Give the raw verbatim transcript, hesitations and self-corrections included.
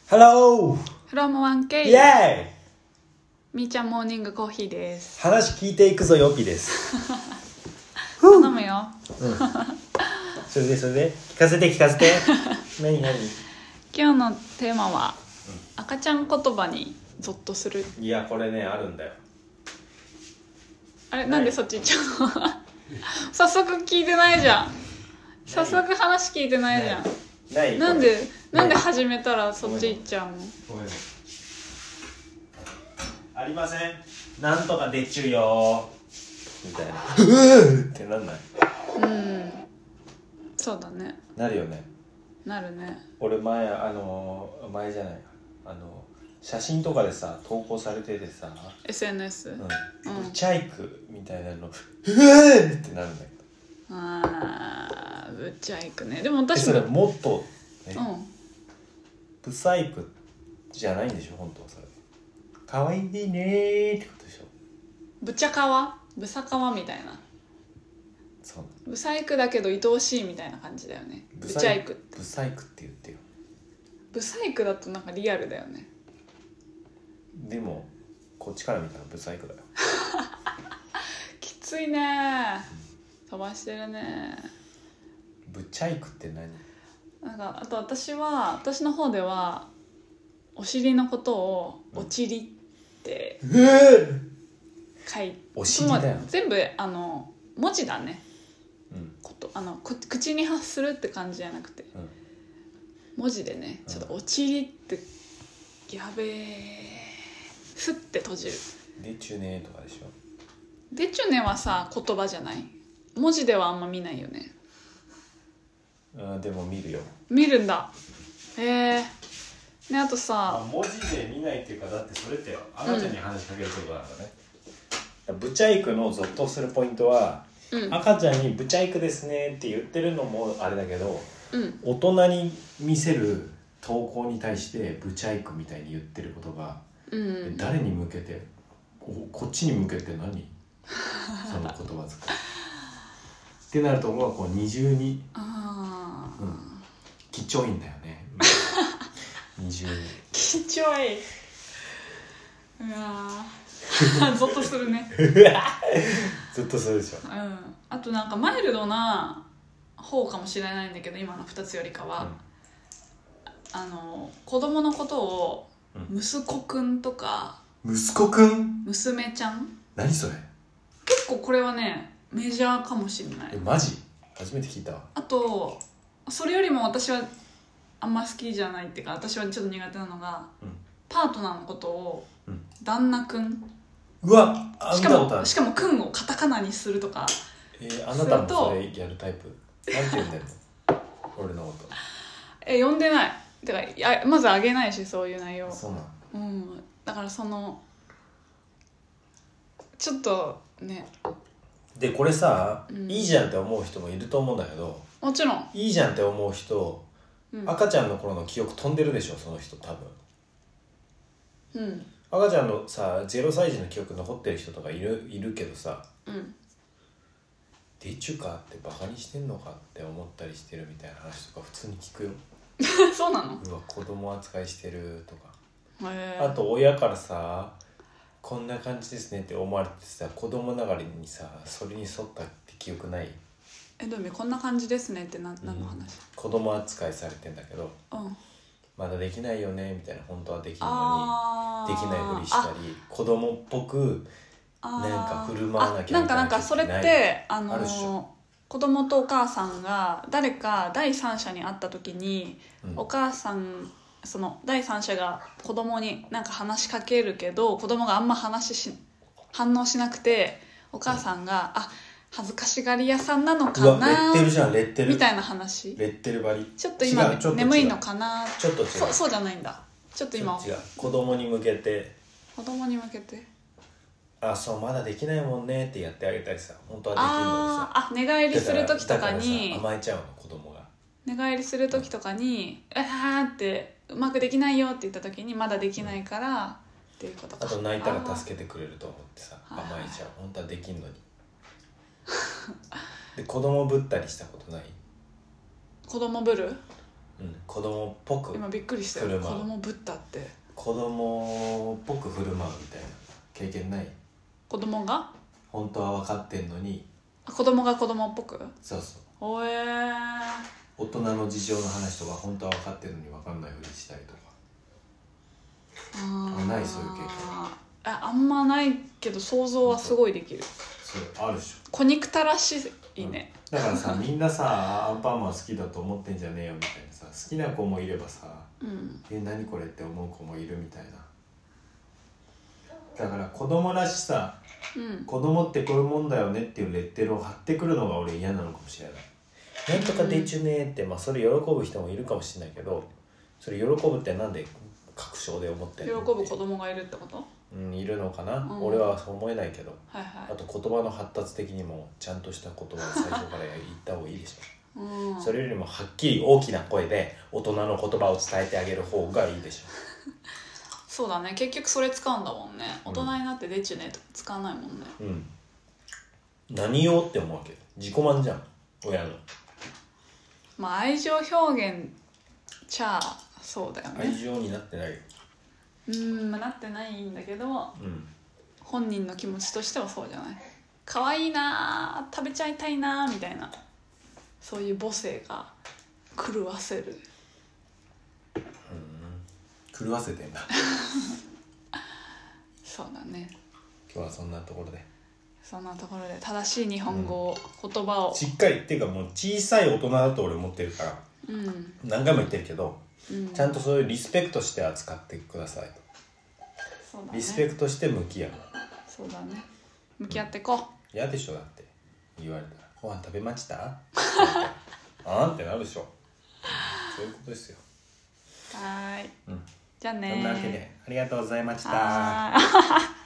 Hello! from ワンケーイエーイみーちゃんモーニングコーヒーです。 話聞いていくぞよぴです頼むよ、 うん、それでそれで聞かせて聞かせて何何今日のテーマは、うん、赤ちゃん言葉にゾッとする。 いやこれねあるんだよ。 あれなんでそっち行っちゃうの早速聞いてないじゃん。早速話聞いてないじゃん。 ないなんでなんで始めたらそっち行っちゃうの。 ごめんありませんなんとかでちゅよみたいなってなんない。 うんそうだね。 なるよね。 なるね。 俺前あの前じゃないあの写真とかでさ投稿されててさエスエヌエス、うんうん、ブチャイクみたいなのうえーってなるんだけど。 あーブチャイクね。でも私もそれもっと、ね、 うんブサイクじゃないんでしょ本当は。それかわいいねーってことでしょ。 ブチャカワブサカワみたいな。 そうブサイクだけど愛おしいみたいな感じだよね。ブチャイクってブサイクって言ってよ。 ブサイクだとなんかリアルだよね。 でもこっちから見たらブサイクだよきついね。飛ばしてるね。 ブチャイクって何？ なんかあと私は私の方ではお尻のことをおちりって書いて、 うん、お尻だよ。 全部あの文字だね、 うん、 ことあの口に発するって感じじゃなくて、うん、文字でねちょっとおちりってやべえふって閉じる。 でちゅねとかでしょ。 でちゅねはさ言葉じゃない。文字ではあんま見ないよね。 あでも見るよ。 見るんだ。へえ。ねあとさ、 まあ、文字で見ないっていうかだってそれって赤ちゃんに話しかけることなんだね、うん、ブチャイクのゾッとするポイントは、うん、赤ちゃんにブチャイクですねって言ってるのもあれだけど、うん、大人に見せる投稿に対してブチャイクみたいに言ってることが、うん、誰に向けて こ, こっちに向けて何その言葉遣いってなるともうこう二重にあ、うん、きちょいんだよね二重にきちょい。うわゾッとするねゾッとするでしょ、 うん、あとなんかマイルドな方かもしれないんだけど今のふたつよりかは、うん、あの子供のことを息子くんとか、 うん、息子くん娘ちゃん何それ。 結構これはねメジャーかもしれない。 えマジ初めて聞いたわ。あとそれよりも私はあんま好きじゃないっていうか私はちょっと苦手なのが、うん、パートナーのことを、うん、旦那くん。 うわしかもしかもくんをカタカナにするとか。 えー、あなたもそれやるタイプなんて呼んでんの俺のことえ呼んでない。てかやまずあげないしそういう内容。 そうなの、 うん、だからそのちょっとねでこれさ、うん、いいじゃんって思う人もいると思うんだけど。 もちろんいいじゃんって思う人、うん、赤ちゃんの頃の記憶飛んでるでしょその人多分。うん赤ちゃんのさゼロさい児の記憶残ってる人とかいるいるけどさ、うん、でちゅかってバカにしてんのかって思ったりしてるみたいな話とか普通に聞くよそうなの。 うわ子供扱いしてるとか。 へあと親からさこんな感じですねって思われてさ子供ながらにさそれに沿ったって記憶ない。 えどういう意味こんな感じですねって何、何の話、うん、 子供扱いされてんだけど、うん、まだできないよねみたいな本当はできるのにできないふりしたり子供っぽくなんか振る舞わなきゃみたいな。なんかなんかそれってあのー、子供とお母さんが誰か第三者に会った時に、うん、お母さんその第三者が子供になんか話しかけるけど子供があんま話し反応しなくてお母さんが、うん、あ恥ずかしがり屋さんなのかなレッテルじゃんレッテルみたいな話。 レッテル張りちょっと今と眠いのかな。 ちょっと違うそ, そうじゃないんだ。ちょっと今違う子供に向けて子供に向けてあそうまだできないもんねってやってあげたりさ本当はできるのにさああ寝返りする時とかに甘えちゃうの子供が寝返りする時とかに「あーってうまくできないよ」って言った時にまだできないから、うん、っていうことか。 あと泣いたら助けてくれると思ってさ甘えちゃう本当はできんのにで子供ぶったりしたことない？ 子供ぶるうん、子供っぽく今びっくりしたよ。子供ぶったって子供っぽく振る舞うみたいな経験ない？ 子供が本当は分かってんのに子供が子供っぽくそうそうおえー、 大人の事情の話とか本当は分かってるのに分かんないふりしたりとかあないそういう経験ああんまないけど想像はすごいできる。 そうあるでしょ。 小憎たらしいね、 うん、だからさみんなさアンパンマン好きだと思ってんじゃねえよみたいなさ好きな子もいればさ、うん、え何これって思う子もいるみたいな。だから子供らしさ、うん、子供ってこういうもんだよねっていうレッテルを貼ってくるのが俺嫌なのかもしれない。なんとかでちゅねーって、まあ、それ喜ぶ人もいるかもしれないけどそれ喜ぶってなんで確証で思ってんの？ 喜ぶ子供がいるってこと？ うん、いるのかな、うん、俺はそう思えないけど、 はいはい、 あと言葉の発達的にもちゃんとした言葉を最初から言った方がいいでしょ、うん、それよりもはっきり大きな声で大人の言葉を伝えてあげる方がいいでしょそうだね結局それ使うんだもんね。大人になってでちゅねとか使わないもんね。 うん何用って思うわけ自己満じゃん親の。 まあ愛情表現ちゃあそうだよね。 愛情になってないよ。 うーん、まあ、なってないんだけど、うん、本人の気持ちとしてはそうじゃない。可愛いな食べちゃいたいなみたいなそういう母性が狂わせる。 うん狂わせてんだそうだね。 今日はそんなところでそんなところで正しい日本語を、うん、言葉をしっかりっていうかもう小さい大人だと俺思ってるから、うん、何回も言ってるけど、うん、ちゃんとそういうリスペクトして扱ってくださいと。そうだね、リスペクトして向き合う。 そうだね向き合ってこう。 嫌、うん、でしょだって言われたらご飯食べましたあんってなるでしょ。そういうことですよ。 はい、うん、じゃあねそんなわけでありがとうございました。